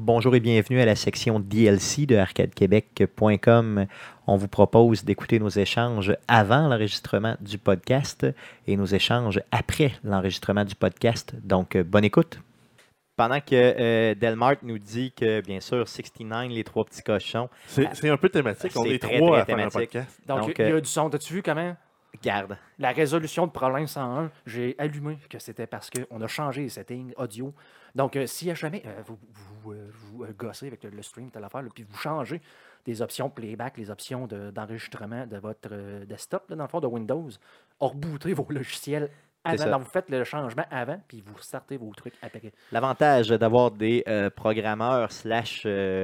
Bonjour et bienvenue à la section DLC de arcadequebec.com. On vous propose d'écouter nos échanges avant l'enregistrement du podcast et nos échanges après l'enregistrement du podcast. Donc, bonne écoute. Pendant que Delmart nous dit que, bien sûr, 69, les trois petits cochons. C'est un peu thématique. On est très, trois très à faire un thématique. podcast. Donc, il y a du son. T'as-tu vu comment? Garde. La résolution de problème 101, j'ai allumé que c'était parce qu'on a changé les settings audio. Donc, si jamais vous gossez avec le stream, telle affaire, puis vous changez des options playback, les options d'enregistrement de votre desktop, là, dans le fond de Windows, rebootez vos logiciels avant. Donc, vous faites le changement avant, puis vous startez vos trucs après. L'avantage d'avoir des programmeurs slash...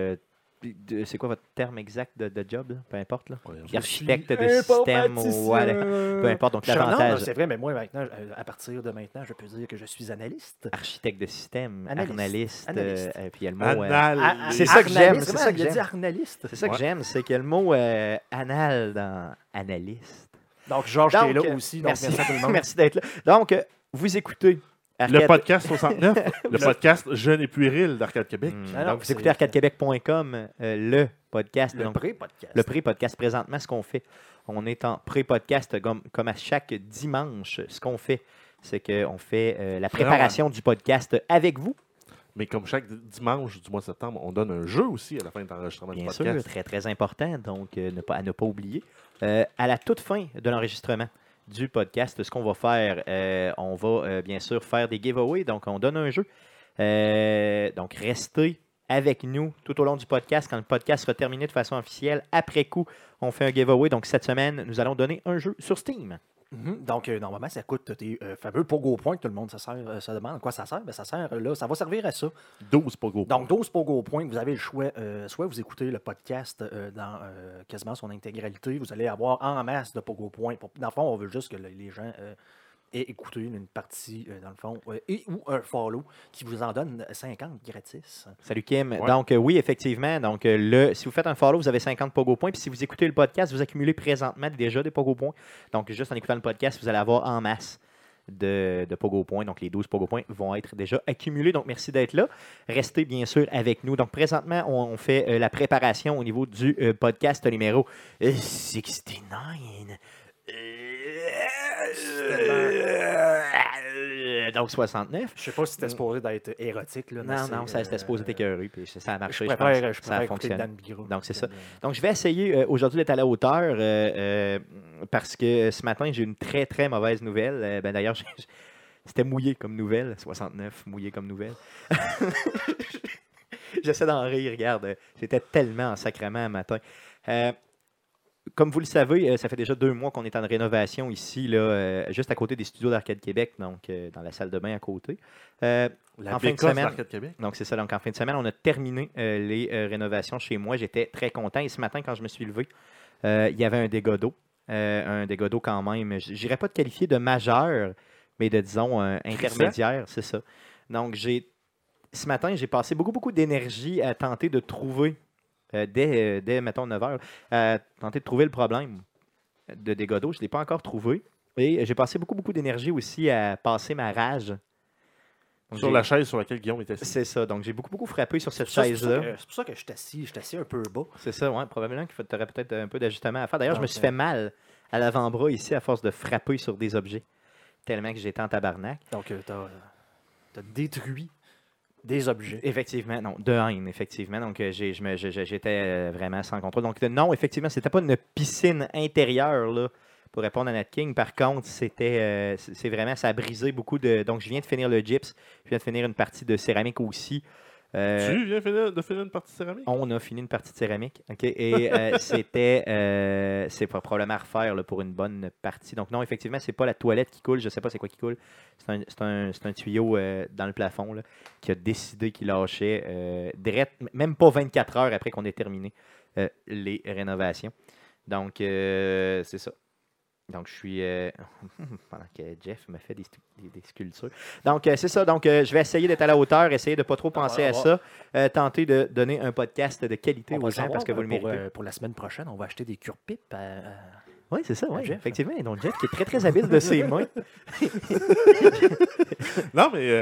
c'est quoi votre terme exact de job, là? Peu importe. Là. Architecte de système ou peu importe. Donc, l'avantage. C'est vrai, mais moi, maintenant, à partir de maintenant, je peux dire que je suis analyste. Architecte de système, analyste. Puis il y a le mot. C'est ça que j'aime. C'est ça que j'ai dit, analyste. C'est ça que j'aime, c'est qu'il y a le mot anal dans analyste. Donc, Georges, tu es là aussi. Donc, merci à tout le monde. Merci d'être là. Donc, vous écoutez. Le podcast 69, le podcast jeune et puéril d'Arcade Québec. Donc, vous écoutez arcadequebec.com, le podcast. Le pré-podcast. Le pré-podcast. Présentement, ce qu'on fait, on est en pré-podcast comme à chaque dimanche. Ce qu'on fait, c'est qu'on fait la préparation du podcast avec vous. Mais comme chaque dimanche du mois de septembre, on donne un jeu aussi à la fin de l'enregistrement du podcast. Bien sûr, très, très important. Donc, à ne pas oublier. À la toute fin de l'enregistrement du podcast, ce qu'on va faire, on va bien sûr faire des giveaways, donc on donne un jeu. Donc restez avec nous tout au long du podcast. Quand le podcast sera terminé de façon officielle, après coup, on fait un giveaway. Donc cette semaine, nous allons donner un jeu sur Steam. Donc, normalement, ça coûte tes fameux Pogo Points que tout le monde se demande à quoi ça sert. Ben, ça sert là, ça va servir à ça. 12 Pogo Points. Donc, 12 Pogo Points, vous avez le choix. Soit vous écoutez le podcast dans quasiment son intégralité, vous allez avoir en masse de Pogo Points. Dans le fond, on veut juste que les gens aient écouté une partie, dans le fond, ou un follow qui vous en donne 50 gratis. Salut Kim. Ouais. Donc, oui, effectivement. Donc, si vous faites un follow, vous avez 50 Pogo Points. Puis si vous écoutez le podcast, vous accumulez présentement déjà des Pogo Points. Donc, juste en écoutant le podcast, vous allez avoir en masse de Pogo Points. Donc, les 12 Pogo Points vont être déjà accumulés. Donc, merci d'être là. Restez bien sûr avec nous. Donc, présentement, on fait la préparation au niveau du podcast numéro 69. Donc 69. Je sais pas si c'était supposé d'être érotique. Là, Non, ça c'était supposé t'écœurer, puis ça a marché, je pense. préfère Ça a fonctionné. Dan Bigra. Donc c'est ça. Donc je vais essayer aujourd'hui d'être à la hauteur parce que ce matin j'ai une très très mauvaise nouvelle. D'ailleurs, c'était mouillé comme nouvelle. 69, mouillé comme nouvelle. J'essaie d'en rire, regarde. J'étais tellement en sacrement un matin. Comme vous le savez, ça fait déjà 2 mois qu'on est en rénovation ici, là, juste à côté des studios d'Arcade Québec, donc dans la salle de bain à côté. La en fin de semaine, d'Arcade Québec. donc c'est ça. Donc en fin de semaine, on a terminé les rénovations chez moi. J'étais très content. Et ce matin, quand je me suis levé, il y avait un dégât d'eau. Un dégât d'eau quand même. Je n'irais pas de qualifier de majeur, mais de, disons, intermédiaire, c'est ça. Donc ce matin, j'ai passé beaucoup d'énergie à tenter de trouver dès, mettons, 9 h, tenter de trouver le problème de dégâts d'eau. Je ne l'ai pas encore trouvé. Et j'ai passé beaucoup d'énergie aussi à passer ma rage. Donc, sur la chaise sur laquelle Guillaume était assis. C'est ça. Donc, j'ai beaucoup frappé sur cette chaise-là. C'est pour ça que je suis assis un peu bas. C'est ça, oui. Probablement qu'il faudrait peut-être un peu d'ajustement à faire. D'ailleurs, je me suis fait mal à l'avant-bras ici à force de frapper sur des objets. Tellement que j'étais en tabarnak. Donc, tu as détruit des objets. Effectivement, non, de haine, effectivement. Donc, j'étais vraiment sans contrôle. Donc, non, effectivement, c'était pas une piscine intérieure, là, pour répondre à Nat King. Par contre, c'est vraiment, ça a brisé beaucoup de... Donc, je viens de finir le gyps. Je viens de finir une partie de céramique aussi. Tu viens de finir une partie de céramique? On a fini une partie de céramique. OK? Et c'est probablement à refaire là, pour une bonne partie. Donc, non, effectivement, c'est pas la toilette qui coule. Je sais pas c'est quoi qui coule. C'est un tuyau dans le plafond là, qui a décidé qu'il lâchait même pas 24 heures après qu'on ait terminé les rénovations. Donc, c'est ça. Donc, je suis... pendant que Jeff me fait des sculptures. Donc, c'est ça. Donc, je vais essayer d'être à la hauteur, essayer de ne pas trop penser à ça, tenter de donner un podcast de qualité aux gens parce que vous le méritez. Pour la semaine prochaine, on va acheter des cure-pipes Oui, c'est ça, oui, Jeff. Effectivement. Donc, Jeff qui est très, très habile de ses mains. Non, mais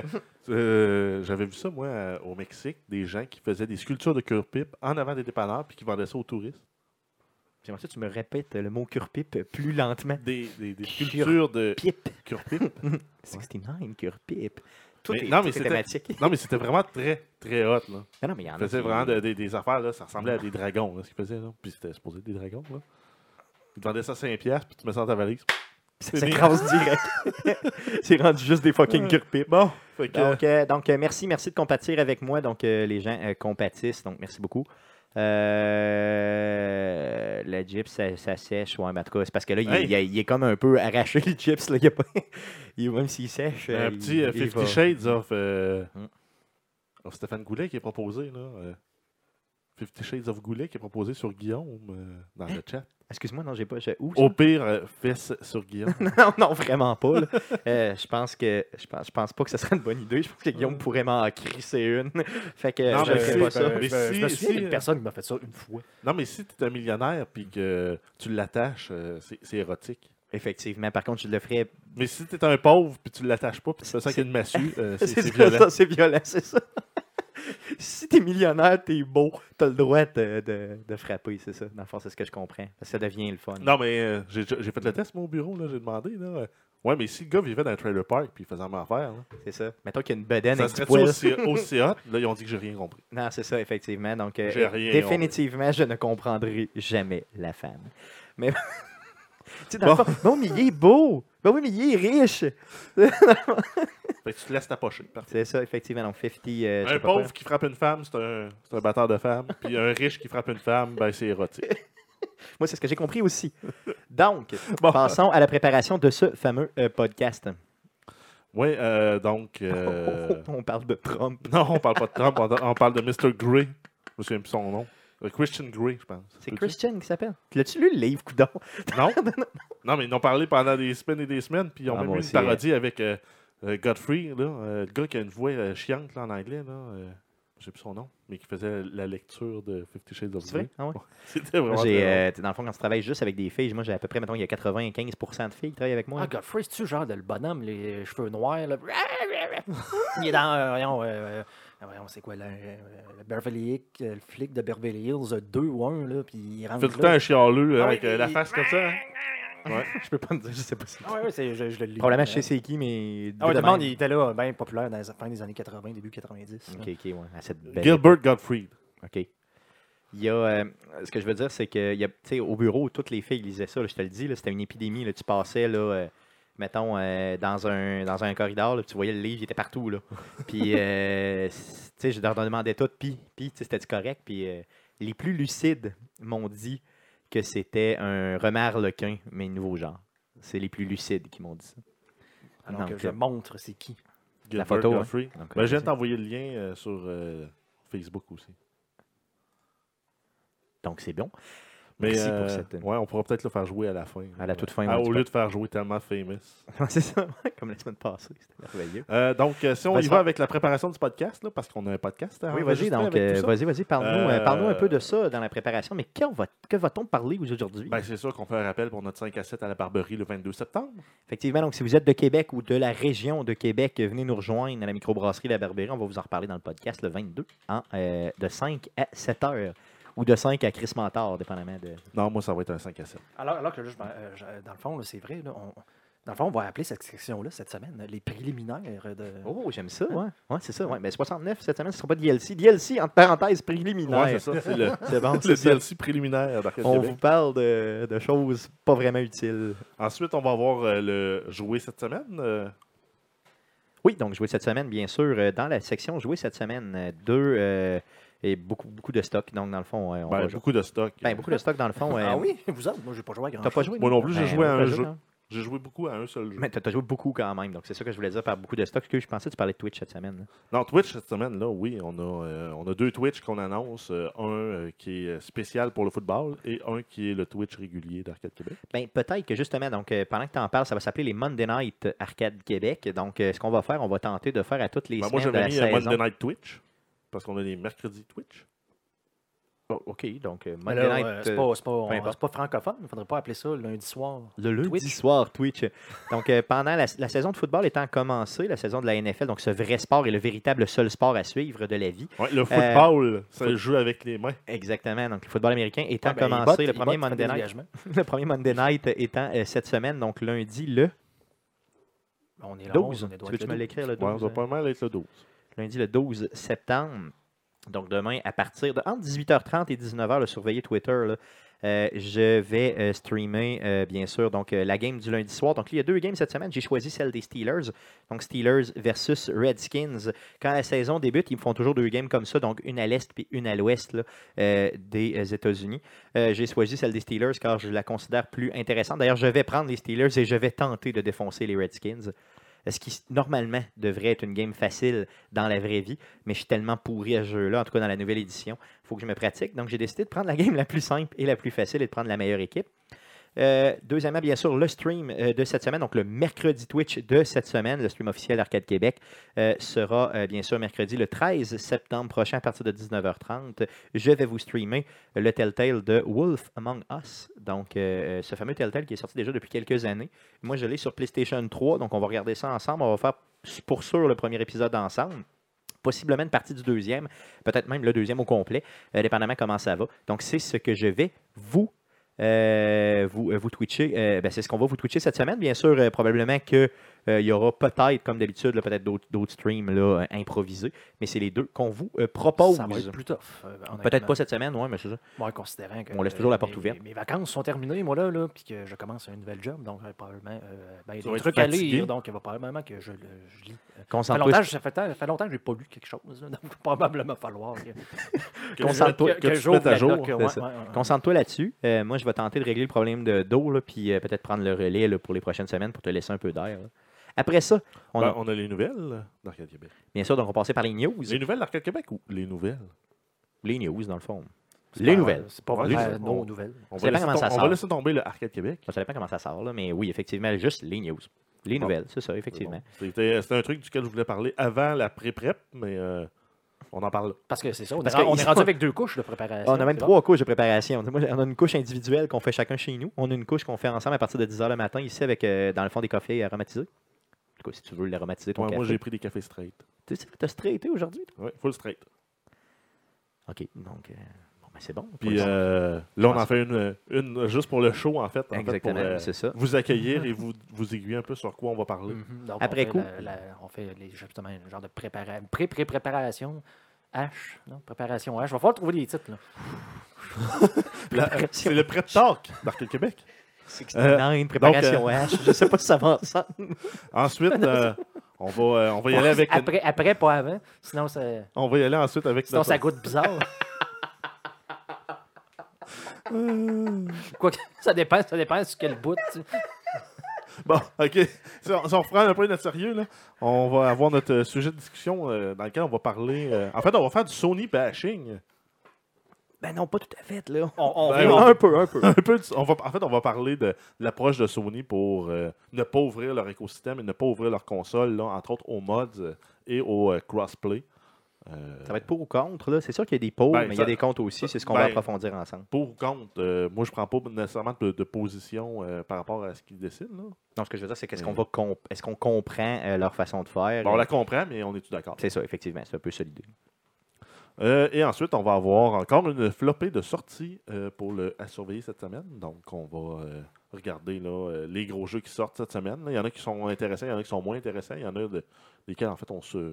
J'avais vu ça, moi, au Mexique, des gens qui faisaient des sculptures de cure-pipe en avant des dépanneurs puis qui vendaient ça aux touristes. J'aimerais ça que tu me répètes le mot cure-pipe plus lentement. Des sculptures de Pipe. cure-pipe. 69 cure-pipe. Tout Mais est, non, tout mais est c'était- thématique. Non, mais c'était vraiment très, très hot. Là. Mais non, mais il y en Ils a faisaient qui- vraiment des affaires, là, ça ressemblait à des dragons, là, ce qu'ils faisaient. Là. Puis c'était supposé être des dragons. Là. Ils te vendaient ça 5$, puis tu mets ça dans ta valise. Ça C'est s'écrase direct. C'est rendu juste des fucking cure-pipes. Bon, fait que, Donc, merci de compatir avec moi. Donc, les gens compatissent. Donc, merci beaucoup. Le gyps, ça sèche. Ouais, mais en tout cas, c'est parce que là, il est comme un peu arraché, le gyps. Là. Même s'il sèche. un il- petit il 50 va. Shades of Stéphane Goulet qui est proposé. Là, 50 Shades of Goulet qui est proposé sur Guillaume dans le chat. Excuse-moi, non, j'ai pas. Où ça? Au pire, fesse sur Guillaume. Non, non, vraiment pas. Là. Je pense pas que ce serait une bonne idée. Je pense que Guillaume pourrait m'en crisser une. Fait que Non, je mais ne ferai si, pas ça. mais Je me si- souviens d'une si- personne qui m'a fait ça une fois. Non, mais si tu es un millionnaire puis que tu l'attaches, c'est érotique. Effectivement. Par contre, je le ferais. Mais si tu es un pauvre puis tu l'attaches pas puis tu fais ça avec une massue, c'est ça, violent. ça, c'est violent, c'est ça. Si t'es millionnaire, t'es beau, t'as le droit de frapper, c'est ça. Dans le fond, c'est ce que je comprends. Parce que ça devient le fun. Non, mais j'ai fait le test, moi, au bureau, là, j'ai demandé. Là, ouais, mais si le gars vivait dans un trailer park puis il faisait la même affaire, là, C'est ça. Mettons qu'il y a une bedaine ça avec du serait poil. aussi hot? Là, ils ont dit que j'ai rien compris. Non, c'est ça, effectivement. Donc, J'ai rien définitivement, je ne comprendrai jamais la femme. Mais, tu sais, dans Bon. le fond, bon, mais il est beau. Ben oui, mais il est riche. Fait que tu te laisses tapocher. Parfait. C'est ça, effectivement. Donc, 50, je sais Un pas quoi. pauvre qui frappe une femme, c'est un batteur de femmes. Puis un riche qui frappe une femme, ben c'est érotique. Moi, c'est ce que j'ai compris aussi. Donc, Bon. passons à la préparation de ce fameux podcast. Oui, donc. On parle de Trump. Non, on parle pas de Trump, on parle de Mr. Grey. Je me souviens plus son nom. Christian Grey, je pense. C'est Peux-tu? Christian qui s'appelle. L'as-tu lu le livre, coudon? Non. Non, mais ils en ont parlé pendant des semaines et des semaines, puis ils ont Ah, même moi eu une aussi, parodie avec Godfrey, là, le gars qui a une voix chiante là, en anglais, là, je sais plus son nom, mais qui faisait la lecture de 50 Shades of C'est vrai? Grey. Ah ouais? C'était vraiment J'ai, très drôle. dans le fond, quand tu travailles juste avec des filles, moi, j'ai à peu près, mettons, il y a 95% de filles qui travaillent avec moi. Ah, Godfrey, c'est-tu genre de le bonhomme, les cheveux noirs, là? Il est dans, voyons, c'est quoi, le Beverly Hills, le flic de Beverly Hills 2 ou 1, là, puis il Il rentre fait tout le temps là. un chialeux Ah, avec oui, la face comme ça. Hein? Ouais. Je peux pas me dire, je sais pas si. Ah, ouais, je le lis. Probablement, je sais c'est qui, mais. Ah, ouais, de tout le monde, même. il était là, bien populaire dans les fins des années 80, début 90. Ok, ok, ouais. À cette belle Gilbert Gottfried. OK. Il y a, ce que je veux dire, c'est que au bureau, toutes les filles lisaient ça. Là, je te le dis, là, c'était une épidémie. Là, tu passais, là, mettons, dans un corridor, là, tu voyais le livre, il était partout. Là. Puis, je leur demandais tout, puis c'était correct. Puis, les plus lucides m'ont dit que c'était un remard lequin, mais nouveau genre. C'est les plus lucides qui m'ont dit ça. Alors Donc, que je montre c'est qui. Gilbert photo, hein. Gottfried. Donc, Ben, je viens de c'est- t'envoyer le lien sur Facebook aussi. donc, c'est bon. Mais Merci pour cette. ouais, on pourra peut-être le faire jouer à la fin. À la toute fin, Ah, ouais, au tu lieu de faire jouer tellement famous. C'est ça, comme la semaine passée. C'était merveilleux. Donc, si on Vas-y, y va avec la préparation du podcast, là, parce qu'on a un podcast. à Oui, vas-y, enregistrer donc, avec tout ça. vas-y, parle-nous un peu de ça dans la préparation. Mais que va-t-on parler aujourd'hui? Ben, c'est sûr qu'on fait un rappel pour notre 5 à 7 à la Barberie le 22 septembre. Effectivement, donc si vous êtes de Québec ou de la région de Québec, venez nous rejoindre à la microbrasserie La Barberie. On va vous en reparler dans le podcast le 22, de 5 à 7 heures. Ou de 5 à Chris Mentor, dépendamment de... Non, moi, ça va être un 5 à 7. Alors que là, dans le fond, là, c'est vrai, là, dans le fond, on va appeler cette section-là cette semaine les préliminaires de. Oh, j'aime ça, ouais. Ouais, c'est ça, ouais. Mais 69, cette semaine, ce ne sera pas DLC. DLC, entre parenthèses, préliminaire. Ouais, c'est ça. C'est le, C'est bon, le c'est ça. DLC préliminaire d'Arcade On Québec. vous parle de choses pas vraiment utiles. Ensuite, on va avoir le jouer cette semaine. Oui, donc jouer cette semaine, bien sûr. Dans la section jouer cette semaine, et beaucoup de stock. Donc, dans le fond, on va jouer. Beaucoup de stock. Beaucoup de stock, dans le fond. Ah oui, vous autres, moi, j'ai pas joué à grand T'as pas joué? Moi non plus, j'ai Ben, joué à on un peut jeu. hein. J'ai joué beaucoup à un seul jeu. Mais t'as joué beaucoup quand même. Donc, c'est ça que je voulais dire par beaucoup de stock. Parce que je pensais que tu parlais de Twitch cette semaine. Là. Non, Twitch cette semaine, là, oui, on a 2 Twitch qu'on annonce. Un qui est spécial pour le football et un qui est le Twitch régulier d'Arcade Québec. Ben, peut-être que justement, donc, pendant que tu en parles, ça va s'appeler les Monday Night Arcade Québec. Donc, ce qu'on va faire, on va tenter de faire à toutes les Ben, moi, semaines de j'avais la mis saison. Monday Night Twitch parce qu'on a des mercredis Twitch. Oh, OK, donc Mais Monday là, Night, peu importe. c'est pas francophone. Il ne faudrait pas appeler ça lundi soir. Le lundi Twitch. soir, Twitch. Donc, pendant la saison de football étant commencée, la saison de la NFL, donc ce vrai sport est le véritable seul sport à suivre de la vie. Ouais, le football, ça se joue avec les mains. Exactement. Donc, le football américain étant Ouais, ben, commencé, il le premier botte, Monday fait des Night. engagements. Le premier Monday Night étant cette semaine, donc lundi le On est là, 12. on est Tu veux-tu me l'écrire le 12? Ouais, ça va pas mal être le 12. Lundi le 12 septembre. Donc demain, à partir de entre 18h30 et 19h, le surveiller Twitter, là, je vais streamer, bien sûr, donc la game du lundi soir. Donc, il y a 2 games cette semaine. J'ai choisi celle des Steelers. Donc, Steelers versus Redskins. Quand la saison débute, ils me font toujours 2 games comme ça, donc une à l'est puis une à l'ouest là, des États-Unis. J'ai choisi celle des Steelers car je la considère plus intéressante. D'ailleurs, je vais prendre les Steelers et je vais tenter de défoncer les Redskins. Ce qui, normalement, devrait être une game facile dans la vraie vie, mais je suis tellement pourri à ce jeu-là, en tout cas dans la nouvelle édition. Il faut que je me pratique. Donc, j'ai décidé de prendre la game la plus simple et la plus facile et de prendre la meilleure équipe. Deuxièmement, bien sûr, le stream de cette semaine, donc le mercredi Twitch de cette semaine, le stream officiel d'Arcade Québec, sera bien sûr mercredi le 13 septembre prochain à partir de 19h30. Je vais vous streamer le Telltale de Wolf Among Us, donc ce fameux Telltale qui est sorti déjà depuis quelques années. Moi, je l'ai sur PlayStation 3, donc on va regarder ça ensemble. On va faire pour sûr le premier épisode ensemble. Possiblement une partie du deuxième, peut-être même le deuxième au complet, dépendamment comment ça va. Donc, c'est ce que je vais vous twitcher. C'est ce qu'on va vous twitcher cette semaine. Bien sûr, probablement qu'il y aura peut-être, comme d'habitude, peut-être d'autres streams là, improvisés, mais c'est les deux qu'on vous propose. Ça va être plus tough. Peut-être pas cette semaine, oui, mais c'est ça. Moi, considérant que On laisse toujours la porte ouverte. Mes vacances sont terminées, moi, là puis que je commence un nouvel job, donc probablement, il y a Tu vas des être trucs à fatigué. lire, donc il va probablement que je lis. Concentre-toi Ça fait longtemps que je n'ai pas lu quelque chose, là, donc il va probablement falloir Concentre-toi- que tu te j'ouvre mettes à la jour, doc, c'est ouais, ça. ouais. Concentre-toi là-dessus. Moi, je vais tenter de régler le problème d'eau, là, puis peut-être prendre le relais là, pour les prochaines semaines pour te laisser un peu d'air. Là. Après ça, on a, les nouvelles d'Arcade Québec. bien sûr, donc on va passer par les news. Les nouvelles d'Arcade Québec ou les nouvelles? Les news, dans le fond. C'est Les pas- nouvelles. C'est pas Les- vraiment on- nos nouvelles. On Ça dépend comment ça on va sort. laisser tomber le Arcade Québec. Ça dépend comment ça sort, là, mais oui, effectivement, juste les news. Les Bon. nouvelles, c'est ça, effectivement. Bon. C'était un truc duquel je voulais parler avant la pré-prep, mais on en parle là. Parce que c'est ça, on Parce est qu'ils rendu sont- avec 2 couches de préparation. On a même c'est 3 couches de préparation. Moi, on a une couche individuelle qu'on fait chacun chez nous. On a une couche qu'on fait ensemble à partir de 10h le matin ici avec, dans le fond, des cafés aromatisés. En tout cas, si tu veux l'aromatiser, ton Ouais, café. moi, j'ai pris des cafés straight. Tu sais, t'as straighté aujourd'hui? Ouais, full straight. OK, donc, bon, ben, c'est bon. Puis là, on en fait une juste pour le show, en fait. Exactement, pour c'est ça. vous accueillir et vous aiguiller un peu sur quoi on va parler. Mhm. Donc, Après on coup. fait on fait justement un genre de pré-préparation H. Non? Préparation H. Il va falloir trouver des titres. Là. C'est le prep talk d'Arcade Québec. Une préparation H. Je sais pas si ça va ensemble. Ensuite, on va y aller avec Après, pas avant. Sinon, on va y aller ensuite avec sinon ça goûte bizarre. Quoi que- ça dépend sur quel bout. Tu sais. Bon, OK. Si on reprend un peu notre sérieux, là, on va avoir notre sujet de discussion dans lequel on va parler. En fait, on va faire du Sony bashing. Ben non, pas tout à fait, là. Ben, Un peu. En fait, on va parler de l'approche de Sony pour ne pas ouvrir leur écosystème et ne pas ouvrir leur console, là, entre autres aux mods et au crossplay. Ça va être pour ou contre, là. C'est sûr qu'il y a des pour, Ben, mais il y ça- a des contre aussi. C'est ce qu'on ben, va approfondir ensemble. Pour ou contre, moi, je prends pas nécessairement de position par rapport à ce qu'ils décident. Là. Non, ce que je veux dire, c'est qu'est-ce qu'on va est-ce qu'on comprend leur façon de faire? Bon, on la comprend, mais on est-tu d'accord? C'est ça, effectivement. C'est un peu ça l'idée. Et ensuite, on va avoir encore une flopée de sorties à surveiller cette semaine. Donc, on va regarder là, les gros jeux qui sortent cette semaine. Là. Il y en a qui sont intéressants, il y en a qui sont moins intéressants. Il y en a desquels, en fait,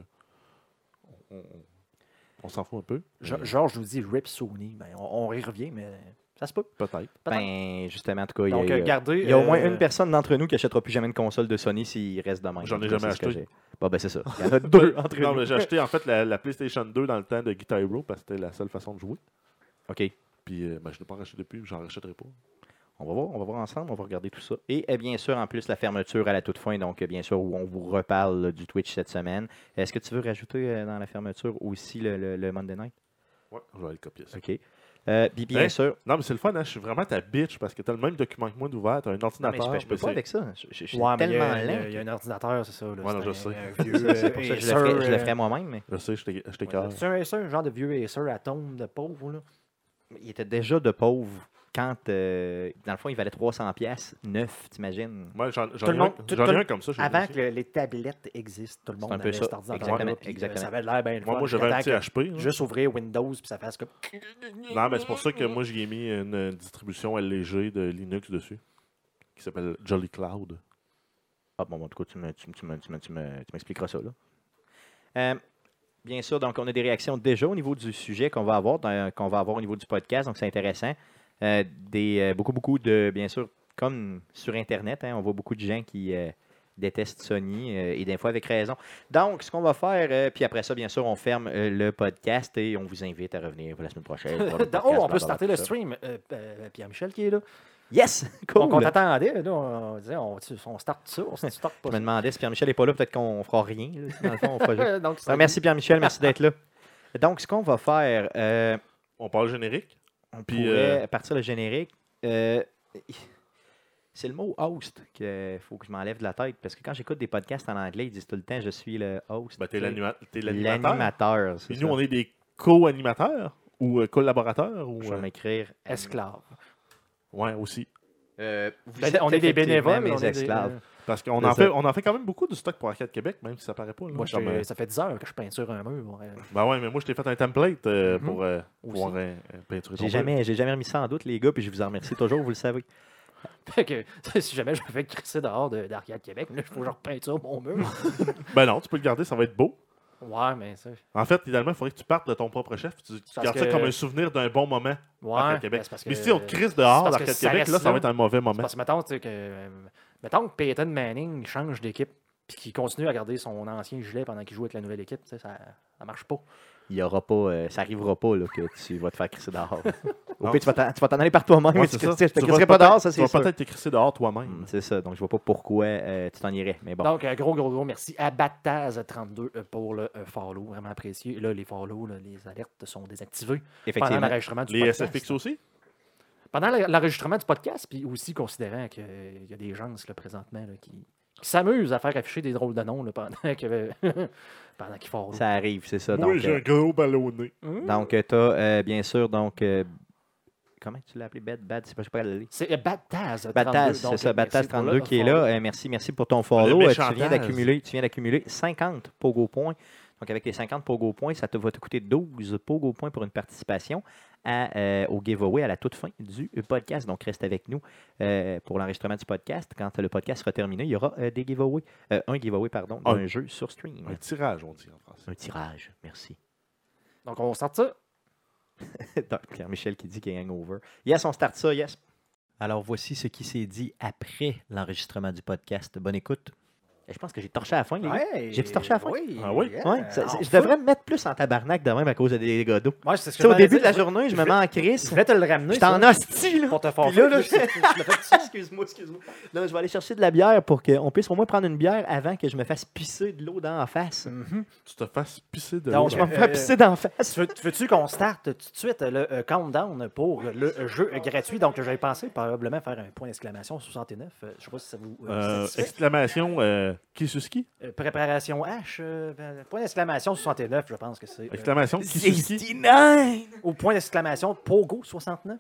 on s'en fout un peu. Georges nous dit RIP Sony. Ben, on y revient, mais ça se peut. Peut-être. Ben, justement, en tout cas, Donc, gardez. il y a au moins une personne d'entre nous qui n'achètera plus jamais une console de Sony s'il reste de même. J'en ai En tout cas, jamais c'est ce que acheté. j'ai. Bon, ben, c'est ça. Il y en a deux entre Non, nous. mais j'ai acheté en fait la PlayStation 2 dans le temps de Guitar Hero parce que c'était la seule façon de jouer. OK. Puis je ne l'ai pas racheté depuis, j'en rachèterai pas. On va voir ensemble, on va regarder tout ça. Et bien sûr, en plus, la fermeture à la toute fin, donc bien sûr, où on vous reparle là, du Twitch cette semaine. Est-ce que tu veux rajouter dans la fermeture aussi le Monday Night? Ouais, je vais aller le copier ça. OK. Puis bien Hein? sûr... Non, mais c'est le fun, hein? Je suis vraiment ta bitch parce que tu as le même document que moi d'ouvert, tu as un Non, mais ordinateur. je peux pas avec ça. Je suis Ouais, mais tellement il lent. y a un ordinateur, c'est ça. Là. Ouais, non, C'est je un- sais. Un vieux. C'est pour ça que je le ferais moi-même. Mais... Je sais, je t'écœure. C'est un genre de vieux Acer Atom de pauvre. Là. il était déjà de pauvre quand, dans le fond, il valait 300 pièces neuf, t'imagines? Moi, j'en Tout le ai monde- un- tout- j'en ai tout- un comme ça. chez nous Avant aussi. que les tablettes existent, tout le monde un peu avait ça. cet ordinateur-là, Exactement, puis, exactement. ça avait l'air bien le Moi, fun, j'avais un jusqu'à petit temps HP. que là. juste ouvrir Windows, puis ça fasse comme... Non, mais c'est pour ça que moi, j'y ai mis une distribution allégée de Linux dessus, qui s'appelle Jolly Cloud. Ah, bon, en tout cas, tu m'expliqueras ça, là. Bien sûr, donc, on a des réactions déjà au niveau du sujet qu'on va avoir, au niveau du podcast, donc c'est intéressant. Beaucoup de, bien sûr, comme sur Internet, hein, on voit beaucoup de gens qui détestent Sony, et des fois avec raison. Donc, ce qu'on va faire, puis après ça, bien sûr, on ferme le podcast et on vous invite à revenir pour la semaine prochaine. pour le podcast, on peut blablabla, starter tout le ça. stream. Pierre-Michel qui est là. Yes! Donc, on Cool! t'attendait. Là, on disait, on starte ça, on starte Je pas me ça. demandais si Pierre-Michel n'est pas là, peut-être qu'on fera rien. Là. Dans le fond, on fera juste- Donc, Merci Pierre-Michel, merci d'être là. Donc, ce qu'on va faire, On parle générique. on Puis, pourrait partir le générique. C'est le mot host qu'il faut que je m'enlève de la tête. Parce que quand j'écoute des podcasts en anglais, ils disent tout le temps je suis le host. Ben, t'es l'animateur. L'animateur. C'est Et nous, ça. on est des co-animateurs ou collaborateurs. Ou, Je vais m'écrire. esclave. Ouais, aussi. Vous Ben, êtes on est des effectivement bénévoles. mes on est des- esclaves. Parce qu'on C'est en ça. fait, on en fait quand même beaucoup du stock pour Arcade Québec, même si ça paraît pas. Là. Moi, Comme, ça fait 10 heures que je peinture un mur. ben ouais, mais moi, je t'ai fait un template pour pouvoir Aussi. peinturer ton J'ai jamais remis ça en doute, les gars, puis je vous en remercie toujours, vous le savez. Fait que si jamais je me fais crisser dehors d'Arcade Québec, là, il faut que je repeinture mon mur. Ben non, tu peux le garder, ça va être beau. Ouais, mais ça. En fait, idéalement, il faudrait que tu partes de ton propre chef. Tu Parce gardes ça que- comme un souvenir d'un bon moment Ouais, Arcade Québec. ben, c'est parce Mais que- si on te crisse dehors parce que d'Arcade ça Québec, reste là, ça là. va être un mauvais C'est moment. parce que mettons que Peyton Manning change d'équipe puis qu'il continue à garder son ancien gilet pendant qu'il joue avec la nouvelle équipe, tu sais, ça marche pas. Il y aura pas, ça arrivera pas là, que tu vas te faire crisser dehors. Au Non, pire, tu vas t'en aller par toi-même, Ouais, mais c'est je ça. te Tu vas crisserai pas peut-être- dehors, ça Tu c'est vas sûr. peut-être te crisser dehors toi-même. C'est ça, donc je vois pas pourquoi tu t'en irais. Mais bon. Donc, gros merci à Battaz32 pour le follow, vraiment apprécié. Là, les follow, là, les alertes sont désactivées pendant Effectivement. l'enregistrement du Les podcast. SFX aussi? Pendant l'enregistrement du podcast, puis aussi considérant qu'il y a des gens là, présentement là, qui s'amusent à faire afficher des drôles de noms là, pendant pendant qu'ils follow. Ça arrive, c'est ça. Oui, j'ai un gros ballonné. Donc tu as bien sûr, donc, comment tu l'as appelé? Bad, je sais pas quelle C'est Battaz32. Battaz, c'est donc, ça, merci pour Battaz32 le qui est follow. là. Merci pour ton follow. Tu méchant viens Taz. d'accumuler 50 Pogo points. Donc, avec les 50 Pogo points, ça va te coûter 12 Pogo points pour une participation au giveaway à la toute fin du podcast. Donc, reste avec nous pour l'enregistrement du podcast. Quand le podcast sera terminé, il y aura des giveaways. Un giveaway, pardon, d'un jeu sur stream. Un tirage, on dit en français. Un tirage, merci. Donc, on start ça. Donc, Pierre-Michel qui dit qu'il y a un hangover. Yes, on start ça, yes. Alors, voici ce qui s'est dit après l'enregistrement du podcast. Bonne écoute. Je pense que j'ai torché à la fin, les gars. Ouais, J'ai-tu torché à la fin? Oui. Ah oui? Ouais, je devrais me mettre plus en tabarnak de même à cause des dégâts d'eau. Ouais, c'est ce Tu que sais, au je m'allais début de la dire. journée, je me mets en crise. Je voulais te le ramener. J'étais en ça, hostie, là. pour te faire Puis là, là, je l'ai fait ça. excuse-moi. Non, je vais aller chercher de la bière pour qu'on puisse au moins prendre une bière avant que je me fasse pisser de l'eau dans la face. Tu te fasses pisser de Donc, l'eau. Je vais me faire pisser dans la face. Veux-tu qu'on starte tout de suite le countdown pour le jeu gratuit? Donc, j'avais pensé probablement faire un point d'exclamation 69. Je ne sais pas si ça vous satisfait. Exclamation Kisuski? Préparation H, point d'exclamation 69, je pense que c'est. Exclamation Kisuski? 69! Ou point d'exclamation Pogo 69?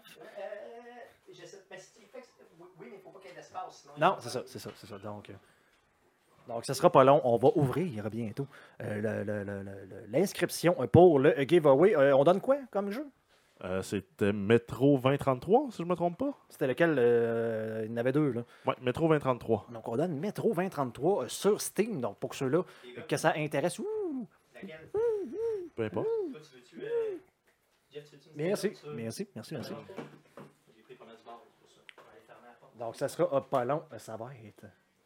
Oui, mais il ne faut pas qu'il y ait d'espace. Non, c'est ça. Donc, ce sera pas long. On va ouvrir bientôt l'inscription pour le giveaway. On donne quoi comme jeu? C'était Metro 2033, si je ne me trompe pas. C'était lequel? Il y en avait deux, là. Ouais, Metro 2033. Donc, on donne Metro 2033 sur Steam. Donc, pour ceux-là que ça intéresse. Ouh! Peu importe. Merci. Donc, ça sera pas long. Ça va être.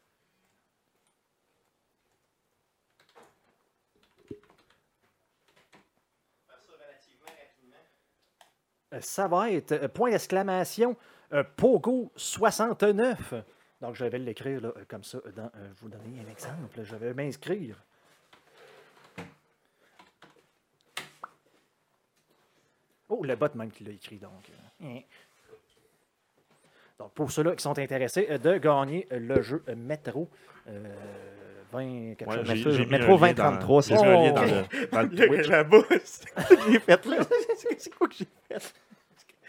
Ça va être point d'exclamation Pogo 69. Donc, je vais l'écrire là, comme ça. Je vous donner un exemple. Je vais m'inscrire. Oh, le bot même qui l'a écrit. Donc, pour ceux-là qui sont intéressés de gagner le jeu Metro 20 quelque Ouais, chose. j'ai mis Métro un lien 2033, c'est J'ai mis un lien Oh. dans le Twitch. la bouche. J'ai fait là. C'est quoi que j'ai fait?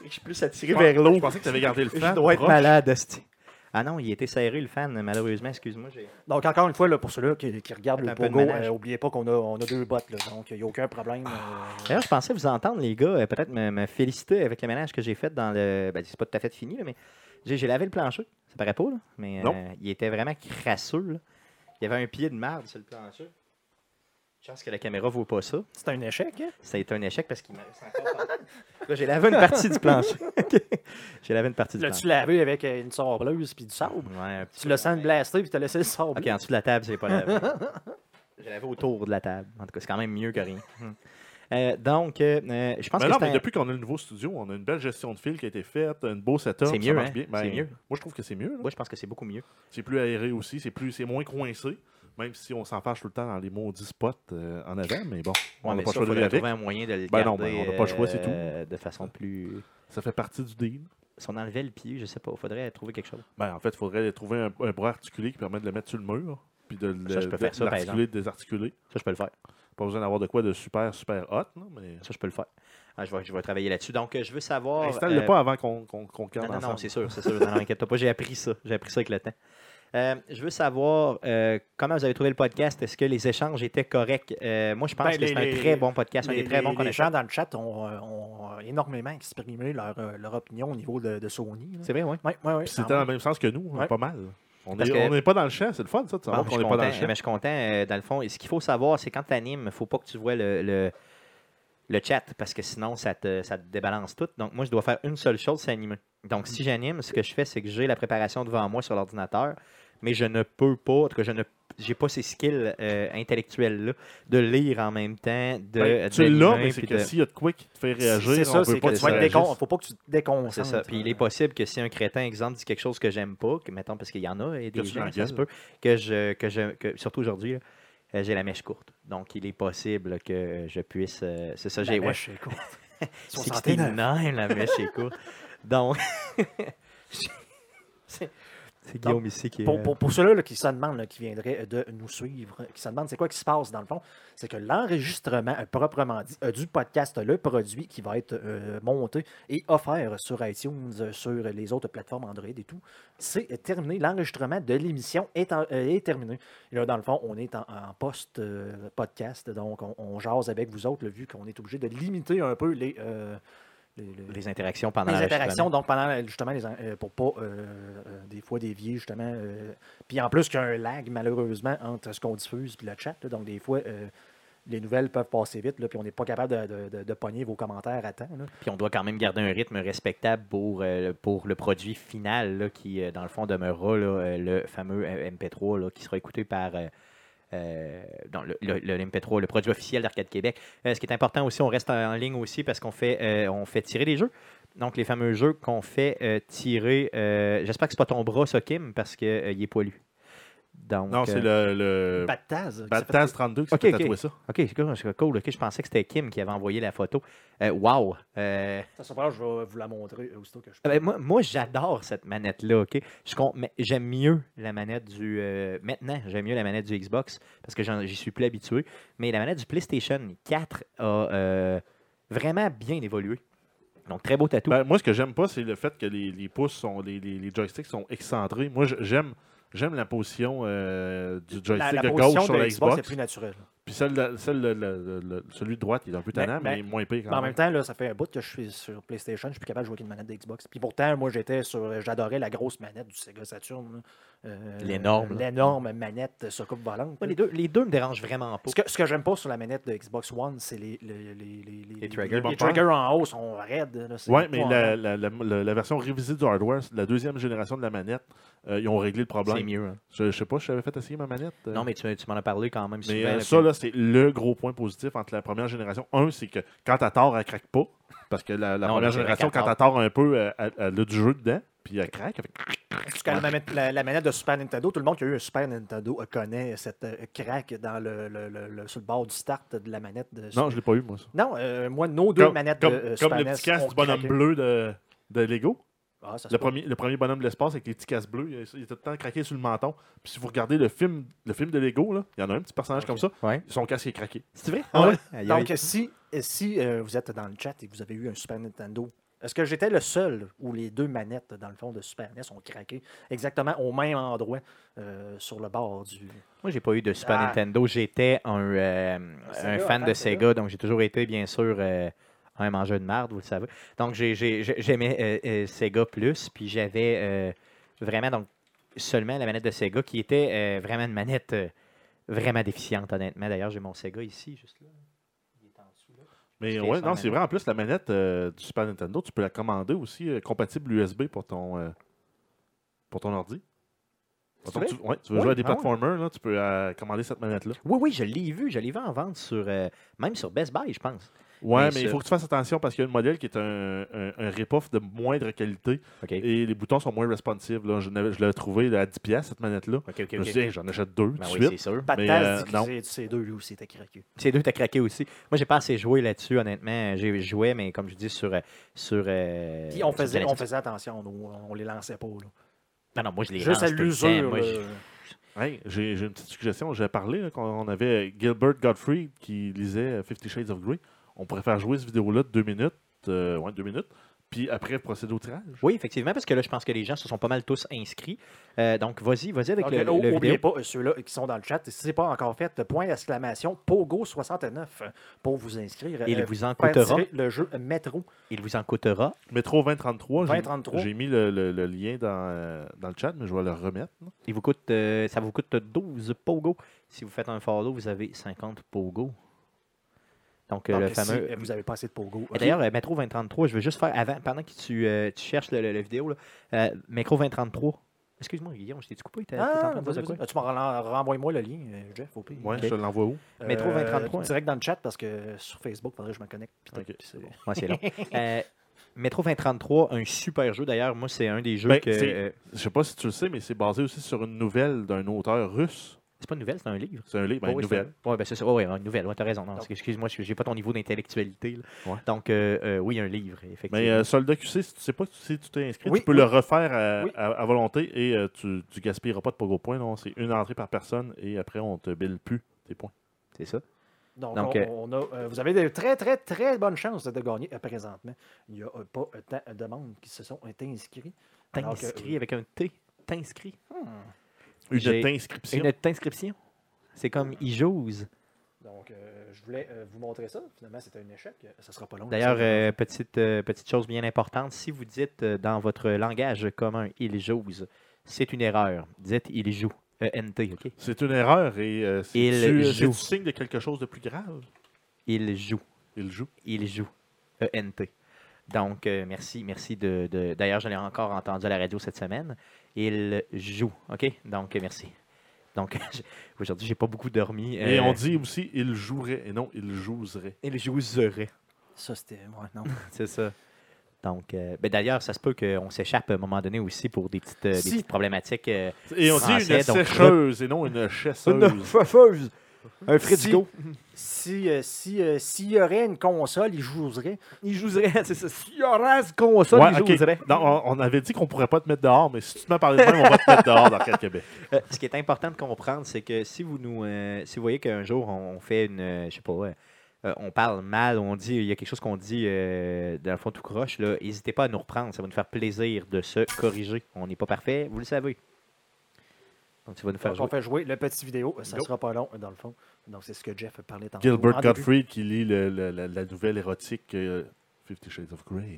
Je suis plus attiré vers l'eau. Je pensais que tu avais gardé le Je fan. dois être proche. malade, esti. Ah non, il était serré, le fan, malheureusement. Excuse-moi. Donc, encore une fois, là, pour ceux-là qui regardent Faites le un peu de Pogo, ménage. n'oubliez pas qu'on a 2 bottes. Là, donc, il n'y a aucun problème. D'ailleurs, je pensais vous entendre, les gars, peut-être me féliciter avec le ménage que j'ai fait dans le. Ben, c'est pas tout à fait fini, là, mais j'ai lavé le plancher. Ça paraît pas, là, mais Non. il était vraiment crasseux. Là. Il y avait un pied de marde sur le plancher. Je pense que la caméra ne vaut pas ça. C'est un échec. Hein? Ça a été un échec parce qu'il m'a. Là, j'ai lavé une partie du plancher. J'ai lavé une partie du L'as-tu plancher. lavé avec une sableuse puis du sable? Ouais, un petit Tu l'as sandblasté puis tu as laissé le sable. Ok, en dessous de la table, c'est pas lavé. J'ai lavé autour de la table. En tout cas, c'est quand même mieux que rien. Donc, je pense Mais que non, c'est mais un- depuis qu'on a le nouveau studio, on a une belle gestion de fil qui a été faite, un beau setup. C'est ça mieux, marche hein? bien. C'est mieux. Moi, je trouve que c'est mieux. là. Moi, je pense que c'est beaucoup mieux. C'est plus aéré aussi, c'est moins coincé. Même si on s'en fâche tout le temps dans les maudits spots en avant, mais bon, on Ouais, n'a mais pas ça, le choix de faudrait vivre trouver avec. un moyen de le Ben garder non, ben on n'a pas le choix, c'est tout. de façon plus... Ça fait partie du deal. Si on enlevait le pied, je sais pas, il faudrait trouver quelque chose. Ben, en fait, il faudrait trouver un bras articulé qui permet de le mettre sur le mur, puis de Ça, je peux faire ça, par l'articuler, de désarticuler. Ça, je peux le faire. Pas besoin d'avoir de quoi de super hot, là, mais Ça, je peux le faire. Ah, je vais travailler là-dessus. Donc, je veux savoir... installe-le pas avant qu'on Non, regarde non, ensemble. c'est sûr, c'est sûr. Non, inquiète-toi pas, j'ai appris ça. J'ai appris ça avec le temps. Je veux savoir comment vous avez trouvé le podcast. Est-ce que les échanges étaient corrects? Moi, je pense Ben, que c'est un très bon podcast, un des très bons qu'on Les a gens fait. dans le chat ont énormément exprimé leur opinion au niveau de Sony. là. C'est vrai, oui. Ouais, ouais, ouais, Puis c'était quand dans même. le même sens que nous, Ouais. pas mal. On Parce n'est que- pas dans le champ, c'est le fun, ça, de savoir Bon, qu'on je n'est suis pas dans le content, champ. mais je suis content, dans le fond. Et ce qu'il faut savoir, c'est quand tu animes, il ne faut pas que tu vois le chat, parce que sinon, ça te débalance tout. Donc, moi, je dois faire une seule chose, c'est animer. Donc, si j'anime, ce que je fais, c'est que j'ai la préparation devant moi sur l'ordinateur, mais je ne peux pas, en tout cas, je n'ai pas ces skills intellectuels-là de lire en même temps, Ben, tu d'animer, l'as, mais c'est puis que s'il y a de quoi qui te fait réagir, C'est ça, on c'est veut pas que que tu vas ça être réagisse. faut pas que tu te déconcentres. c'est ça. Puis il est possible que si un crétin, exemple, dit quelque chose que j'aime pas, que mettons, parce qu'il y en a, et des tu gens, ça l'engueules. se peut, que surtout aujourd'hui, là, j'ai la mèche courte. Donc, il est possible que je puisse. C'est ça, j'ai. La Ouais, mèche est courte. 69, la mèche est courte. Donc, c'est Guillaume ici qui est. Pour ceux-là là, qui se demandent, là, qui viendraient de nous suivre, qui se demandent c'est quoi qui se passe dans le fond, c'est que l'enregistrement, proprement dit, du podcast, le produit qui va être monté et offert sur iTunes, sur les autres plateformes Android et tout, c'est terminé. L'enregistrement de l'émission est terminé. Et là, dans le fond, on est en post-podcast, donc on jase avec vous autres, là, vu qu'on est obligé de limiter un peu Les interactions pendant les l'enregistrement. interactions, donc pendant justement, pour pas des fois dévier justement. Puis en plus qu'il y a un lag malheureusement entre ce qu'on diffuse et le chat. Là, donc des fois, les nouvelles peuvent passer vite, là, puis on n'est pas capable de pogner vos commentaires à temps. Là. Puis on doit quand même garder un rythme respectable pour le produit final là, qui, dans le fond, demeurera là, le fameux MP3 là, qui sera écouté par le MP3, le produit officiel d'Arcade Québec. Ce qui est important aussi, on reste en ligne aussi parce qu'on fait tirer des jeux. Donc, les fameux jeux qu'on fait tirer. J'espère que c'est pas ton bras, ça, Kim, parce qu'il est poilu. Donc, Non, c'est le Bad-Taz. Bad-Taz 32 qui s'est Ok, fait ok. tatouer ça. OK, c'est cool. OK, je pensais que c'était Kim qui avait envoyé la photo. Wow! Ça se passe, je vais vous la montrer aussitôt que je peux. Moi, j'adore cette manette-là, OK? Mais j'aime mieux la manette du... maintenant, j'aime mieux la manette du Xbox parce que j'y suis plus habitué. Mais la manette du PlayStation 4 a vraiment bien évolué. Donc, très beau tatou. Ben, moi, ce que j'aime pas, c'est le fait que les pouces sont. Les joysticks sont excentrés. Moi, j'aime la position du joystick de position gauche sur de la Xbox est Xbox. plus naturelle. Puis celui de droite, il est un peu tannant, mais moins pire Mais quand en même. même temps, là, ça fait un bout que je suis sur PlayStation, je suis plus capable de jouer avec une manette de Xbox. Puis pourtant, moi, j'adorais la grosse manette du Sega Saturn. Là. L'énorme, là. L'énorme manette sur coupe volante. Moi, là. les deux me dérangent vraiment pas. Ce que j'aime pas sur la manette de Xbox One, c'est les triggers. Les triggers en haut sont raides. Là, c'est Oui, pas mais en- la version révisée du hardware, la deuxième génération de la manette, ils ont réglé le problème. C'est mieux. Hein. Je sais pas si j'avais fait essayer ma manette. Non, mais tu m'en as parlé quand même Mais souvent. ça, là, c'est le gros point positif entre la première génération. Un, c'est que quand t'as tort, elle craque pas. Parce que la Non, première c'est vrai génération, qu'elle quand t'as tort un peu, elle a du jeu dedans, puis elle craque. Elle fait... En tout cas, la manette de Super Nintendo, tout le monde qui a eu un Super Nintendo connaît cette craque sur le bord du start de la manette. Non, je l'ai pas eu, moi, ça. Non, moi, nos deux manettes de Comme Super le NES petit casque ont du bonhomme craqué. bleu de Lego. Ah, ça se Le peut. premier bonhomme de l'espace avec les petits casques bleus, il était tout le temps craqué sur le menton. Puis si vous regardez le film de Lego, là, il y en a un petit personnage comme ça, Ouais. son casque est craqué. C'est vrai? Ah ouais? Aïe, aïe. Donc, si vous êtes dans le chat et que vous avez eu un Super Nintendo Est-ce que j'étais le seul où les 2 manettes, dans le fond, de Super NES ont craqué exactement au même endroit sur le bord du... Moi, j'ai pas eu de Super Ah. Nintendo. J'étais un Sega, fan de attends, Sega, donc j'ai toujours été, bien sûr, un mangeur de marde, vous le savez. Donc, j'aimais Sega plus, puis j'avais vraiment donc seulement la manette de Sega qui était vraiment une manette vraiment déficiente, honnêtement. D'ailleurs, j'ai mon Sega ici, juste là. Il est en dessous, là. Mais Je ouais, fais non, ça, c'est mais- vrai. En plus, la manette du Super Nintendo, tu peux la commander aussi compatible USB pour ton ordi. C'est Mettons, vrai? tu veux Oui, jouer à des ah ouais. platformers, là, tu peux commander cette manette-là. Oui, oui, je l'ai vu en vente sur, même sur Best Buy, je pense. Ouais, Mais mais il faut que tu fasses attention parce qu'il y a un modèle qui est un rip-off de moindre qualité OK. et les boutons sont moins responsives. Là. Je l'ai trouvé là, à 10$, cette manette-là. OK, OK, Je me OK. suis dit, hey, j'en achète 2 tout Ben de oui, suite. c'est sûr. Pataz dit non. que c'est 2 lui aussi, t'as craqué. Ces deux, t'as craqué aussi. Moi, j'ai pas assez joué là-dessus, honnêtement. J'ai joué, mais comme je dis, sur. Puis on sur faisait Genesis. attention, nous, on les lançait pas. Là. Non, non, moi, je les Juste lance à tout le temps. l'usure. Moi, là. Hey, j'ai une petite suggestion. J'ai parlé là, qu'on avait Gilbert Gottfried qui lisait 50 Shades of Grey. On pourrait faire jouer cette vidéo-là de 2 minutes. 2 minutes. Puis après, procéder au tirage. Oui, effectivement, parce que là, je pense que les gens se sont pas mal tous inscrits. Donc, vas-y avec Donc, le oubliez vidéo. pas, ceux-là qui sont dans le chat, si ce n'est pas encore fait, point d'exclamation Pogo69 pour vous inscrire. Il vous en faire coûtera. tirer le jeu Metro. Il vous en coûtera. Métro 2033, 2033. j'ai mis le lien dans le chat, mais je vais le remettre. là. Il vous coûte, ça vous coûte 12 Pogo. Si vous faites un follow, vous avez 50 Pogo. Donc, Donc, le si fameux. vous n'avez pas assez de Pogo. Et d'ailleurs, Metro 2033, je veux juste faire avant, pendant que tu cherches le vidéo, là, Metro 2033. Excuse-moi, Guillaume, je t'ai coupé. T'es en train de dire de quoi? Tu m'en renvoie-moi le lien, Jeff, au pire. Ouais, Ok. je te l'envoie où? Metro 2033. Direct dans le chat parce que sur Facebook, il faudrait que je me connecte. Puis Ok. puis c'est bon. Ouais, c'est long. Metro 2033, un super jeu. D'ailleurs, moi, c'est un des jeux Ben, que. c'est- Je sais pas si tu le sais, mais c'est basé aussi sur une nouvelle d'un auteur russe. C'est pas une nouvelle, c'est un livre. C'est un livre, Oui, une nouvelle. Oui, ben c'est ça. Oui, une nouvelle. Ouais, t'as raison. Non, Donc- excuse-moi, j'ai pas ton niveau d'intellectualité. là. Ouais. Donc, oui, un livre, effectivement. Mais Soldat QC, si tu sais pas si tu t'es inscrit, Oui, tu peux oui. le refaire à, Oui. à volonté et tu gaspilleras pas de Pogo points. Non, c'est une entrée par personne et après, on te bille plus tes points. C'est ça. Donc, Donc, vous avez de très, très, très bonnes chances de gagner présentement. Il n'y a pas tant de monde qui se sont inscrits. Alors que, T'inscris avec un T. T'inscris. Une J'ai inscription. Une inscription. C'est comme Ijouz. Donc, je voulais vous montrer ça. Finalement, c'était un échec. Ça sera pas long. D'ailleurs, Ça, petite chose bien importante, si vous dites dans votre langage commun il joue, c'est une erreur. Dites il joue. NT, OK? C'est une erreur et Il c'est joue. du signe de quelque chose de plus grave. Il joue. Il joue. Il joue. NT. Donc, merci de. D'ailleurs, je l'ai encore entendu à la radio cette semaine. Il joue. OK? Donc, merci. Donc, aujourd'hui, j'ai pas beaucoup dormi. Et on dit aussi il jouerait et non il jouerait. Il jouerait. ça c'était. Ouais, non. C'est ça. Donc, ben d'ailleurs, ça se peut qu'on s'échappe à un moment donné aussi pour des petites problématiques. Et on dit Français, une donc- sécheuse et non une chasseuse. faucheuse. Un frigido. S'il y aurait une console, il jouerait. Il jouerait, c'est ça. S'il y aurait une console, Ouais, il ok. jouerait. Non, on avait dit qu'on pourrait pas te mettre dehors, mais si tu te mets à parler de même, on va te mettre dehors dans le Québec. Ce qui est important de comprendre, c'est que si vous si vous voyez qu'un jour on fait une, je sais pas, on parle mal, on dit, il y a quelque chose qu'on dit dans le fond tout croche, là, n'hésitez pas à nous reprendre, ça va nous faire plaisir de se corriger. On n'est pas parfait, vous le savez. Donc tu vas nous faire Donc, jouer. on fait jouer le petit vidéo. Ça Go. sera pas long, dans le fond. Donc, c'est ce que Jeff parlait tantôt. Gilbert en début. Gottfried qui lit la nouvelle érotique 50 Shades of Grey.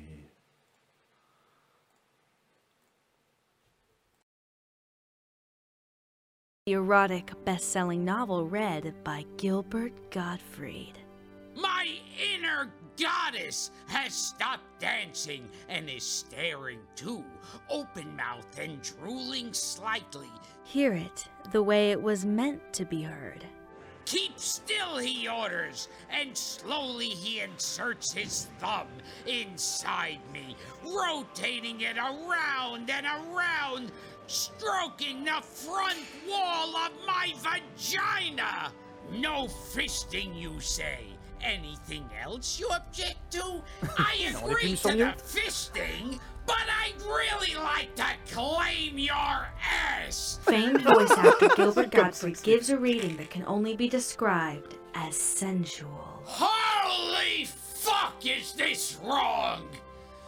The erotic best-selling novel read by Gilbert Gottfried. My inner goddess has stopped dancing and is staring too, open-mouthed and drooling slightly. Hear it the way it was meant to be heard. Keep still, he orders, and slowly he inserts his thumb inside me, rotating it around and around, stroking the front wall of my vagina. No fisting, you say? Anything else you object to? I On est agree plus sur to mieux. the fisting, but I'd really like to claim your ass. Famed voice actor Gilbert Gottfried gives a reading that can only be described as sensual. Holy fuck, is this wrong?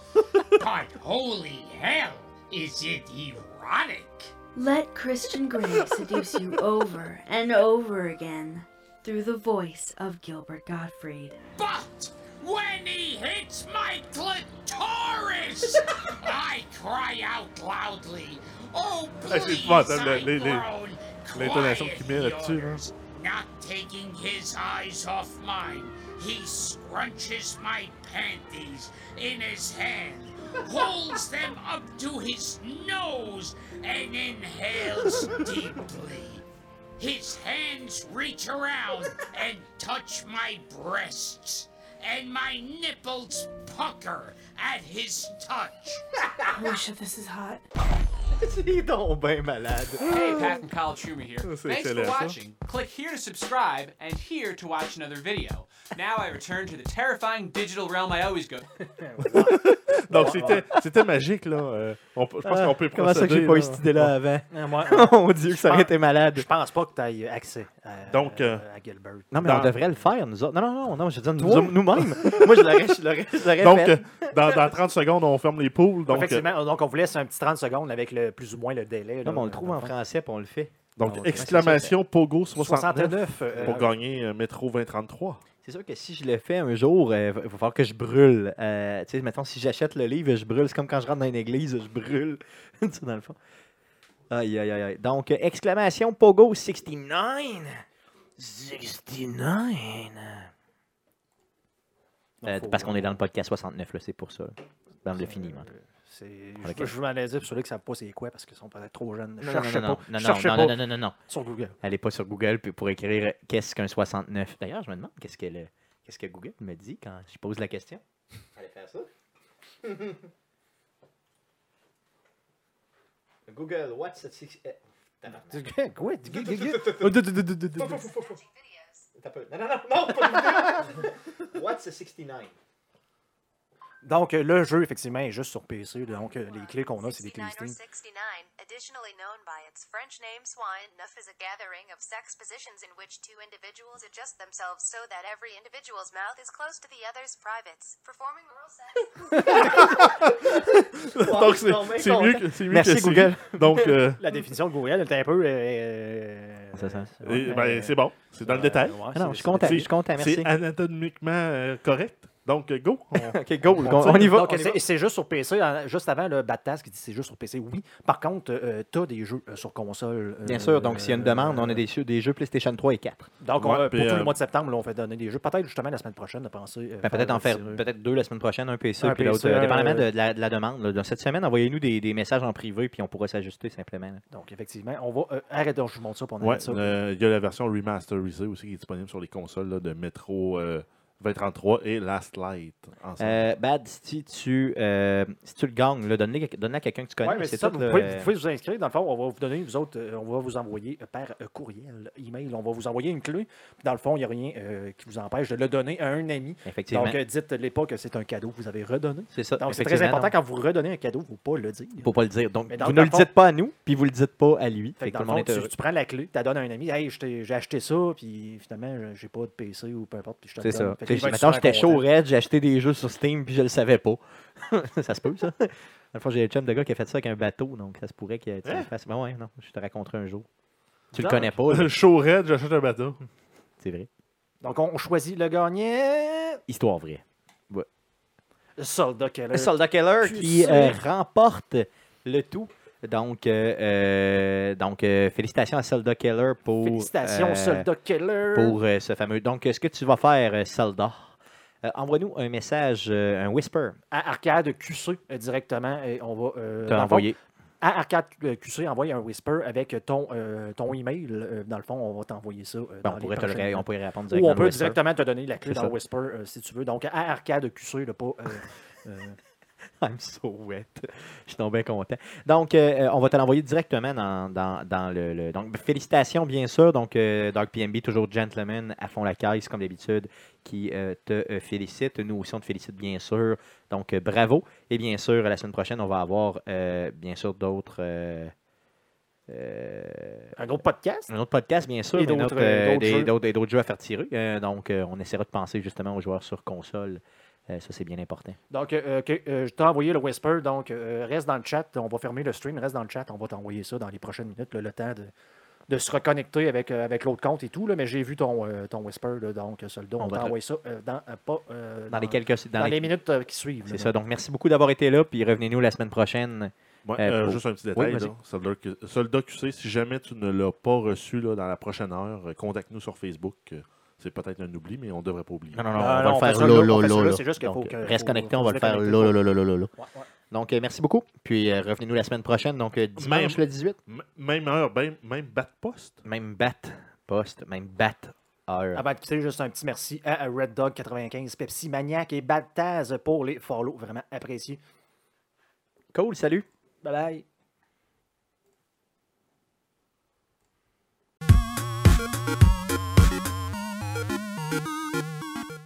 But holy hell, is it erotic? Let Christian Grey seduce you over and over again through the voice of Gilbert Gottfried. But when he hits my clitoris, I cry out loudly. Oh, c'est please, épouvantable, I groan. l'intonation Quiet, qu'il met he là-dessus, là. orders. Not taking his eyes off mine, he scrunches my panties in his hand, holds them up to his nose, and inhales deeply. His hands reach around and touch my breasts, and my nipples pucker at his touch. Holy shit, this is hot. C'est donc bien malade. Hey, Pat from College Humor here. C'est Thanks for excellent, ça. watching. Click here to subscribe and here to watch another video. Now I return to the terrifying digital realm I always go. Donc, c'était magique, là. Je pense qu'on peut procéder. Comment ça que j'ai pas eu là. cette idée-là avant? Moi, Mon Dieu, que ça aurait été malade. je pense pas que tu aies accès Donc, à Gilbert. Non, mais Dans- on devrait le faire, nous autres. Non, je veux dire, Toi? nous-mêmes. Moi, je l'aurais Donc, fait. dans 30 secondes, on ferme les poules. Donc, Effectivement, donc on vous laisse un petit 30 secondes avec plus ou moins le délai. Non, là, mais on le trouve dans en le fond. français, puis on le fait. donc ouais, exclamation Pogo 69 69. pour gagner Métro 2033. C'est sûr que si je le fais un jour, il va falloir que je brûle. Tu sais, mettons, si j'achète le livre, je brûle. C'est comme quand je rentre dans une église, je brûle. Tu sais, dans le fond. Aïe, aïe, aïe. Donc, exclamation Pogo 69. 69. Parce qu'on est dans le podcast 69, là, c'est pour ça. Dans le fini, moi. Je m'en ai dit pour ceux-là qui ne savent pas c'est quoi parce qu'ils sont peut-être trop jeunes. Non, Cherchez non, pas. non, Cherchez non, pas non, non, non, non. sur Google. Allez pas sur Google puis pour écrire qu'est-ce qu'un 69. D'ailleurs, je me demande qu'est-ce que Google me dit quand je pose la question. Allez faire ça. Google, what's a six... Quoi? Non, pas What's a 69? Donc, le jeu, effectivement, est juste sur PC. Donc, les clés qu'on a, c'est des clés 69 or Steam. 69, additionally known by its French name swine, neuf is a gathering of sex positions in which two individuals adjust themselves so that every individual's mouth is close to the other's privates, performing oral sex. Donc, c'est mieux que c'est. Merci, Google. Donc, La définition de Google était un peu... C'est ça. c'est bon. C'est dans le détail. Non, je suis content, merci. C'est anatomiquement correct. Donc, go. Ok, go, on y va. Donc, c'est juste sur PC. Juste avant, le Bad qui dit c'est juste sur PC. Oui. Par contre, tu as des jeux sur console. Bien sûr, donc s'il y a une demande, on a des jeux PlayStation 3 et 4. Donc, Ouais, pour puis, tout le mois de septembre, là, on fait donner des jeux. Peut-être justement la semaine prochaine de penser. Peut-être en faire peut-être 2 la semaine prochaine, un PC Un puis l'autre, PC, dépendamment de la demande. Là. Dans cette semaine, envoyez-nous des messages en privé puis on pourra s'ajuster simplement. Là. Donc, effectivement, on va. Arrête, je vous montre ça pour Ouais, arrêter ça. il y a la version remasterisée aussi qui est disponible sur les consoles là, de Metro 2033 et Last Light. ensemble. Bad, si tu le gagnes, là, donne-le à quelqu'un que tu connais. Oui, mais c'est ça. Vous pouvez vous inscrire. Dans le fond, on va vous donner, vous autres, on va vous envoyer par courriel, email, on va vous envoyer une clé. Puis dans le fond, il n'y a rien qui vous empêche de le donner à un ami. Effectivement. Donc, dites-les pas que c'est un cadeau que vous avez redonné. C'est ça. Donc, c'est très important quand vous redonnez un cadeau, il ne faut pas le dire. Il ne faut pas le dire. Donc, Mais dans vous le ne le fond- dites pas à nous, puis vous ne le dites pas à lui. Fait Fait que que dans tout le le monde fond, est heureux. tu prends la clé, tu la donnes à un ami, hey, j'ai acheté ça, puis finalement, j'ai pas de PC ou peu importe, puis je te C'est le donne. ça. Fait qu'il va être Mettons, super j'étais chaud content. raide, j'ai acheté des jeux sur Steam, puis je le savais pas. Ça se peut, ça. Dans le fond, j'ai un chum de gars qui a fait ça avec un bateau, donc ça se pourrait que tu le fasses. Ben ouais, non, je te raconterai un jour. Tu le Donc, connais pas, là. Le show red, j'achète un bateau. C'est vrai. Donc, on choisit le gagnant. Histoire vraie. Soldat Keller. Soldat Keller tu qui sais. remporte le tout. Donc, félicitations à Soldat Keller pour, Félicitations, Soldat Keller. pour ce fameux. Donc, ce que tu vas faire, Soldat, envoie-nous un message, un whisper. À Arcade QC directement, et on va. T'as dans le envoyé. fond, à Arcade QC, envoie un whisper avec ton email. Dans le fond, on va t'envoyer ça. Dans On les pourrait, prochaines- on pourrait répondre Ou directement. on peut au whisper. directement te donner la clé C'est dans ça. Whisper si tu veux. Donc, à Arcade QC, là, pas. I'm so wet. Je suis donc bien content. Donc, on va te l'envoyer directement dans le. Donc, félicitations, bien sûr. Donc, Dark PMB, toujours gentleman, à fond la caisse, comme d'habitude, qui te félicite. Nous aussi, on te félicite, bien sûr. Donc, bravo. Et bien sûr, la semaine prochaine, on va avoir, bien sûr, d'autres. un autre podcast. Un autre podcast, bien sûr, Et mais d'autres jeux. d'autres jeux à faire tirer. Donc, on essaiera de penser justement aux joueurs sur console Ça, c'est bien important. Donc, je t'ai envoyé le Whisper. Donc, reste dans le chat. On va fermer le stream. Reste dans le chat. On va t'envoyer ça dans les prochaines minutes. Là, le temps de se reconnecter avec l'autre compte et tout. Là, mais j'ai vu ton Whisper. Là, donc, soldat, on t'envoie ça Dans les minutes qui suivent. C'est ça. Donc, merci beaucoup d'avoir été là. Puis revenez-nous la semaine prochaine. Ouais, juste un petit détail. Oui, là. Soldat QC, si jamais tu ne l'as pas reçu là, dans la prochaine heure, contacte-nous sur Facebook. C'est peut-être un oubli, mais on ne devrait pas oublier. Non, on va le faire là. C'est juste qu'il faut reste connecté, on va le faire là. Donc, merci beaucoup. Puis, revenez-nous la semaine prochaine. Donc, dimanche le 18. Même heure, même bat-post. Même bat-post, même bat-heure. Avant de quitter, juste un petit merci à Red Dog 95, Pepsi Maniac et Bad Taz pour les follow. Vraiment apprécié. Cool, salut. Bye bye.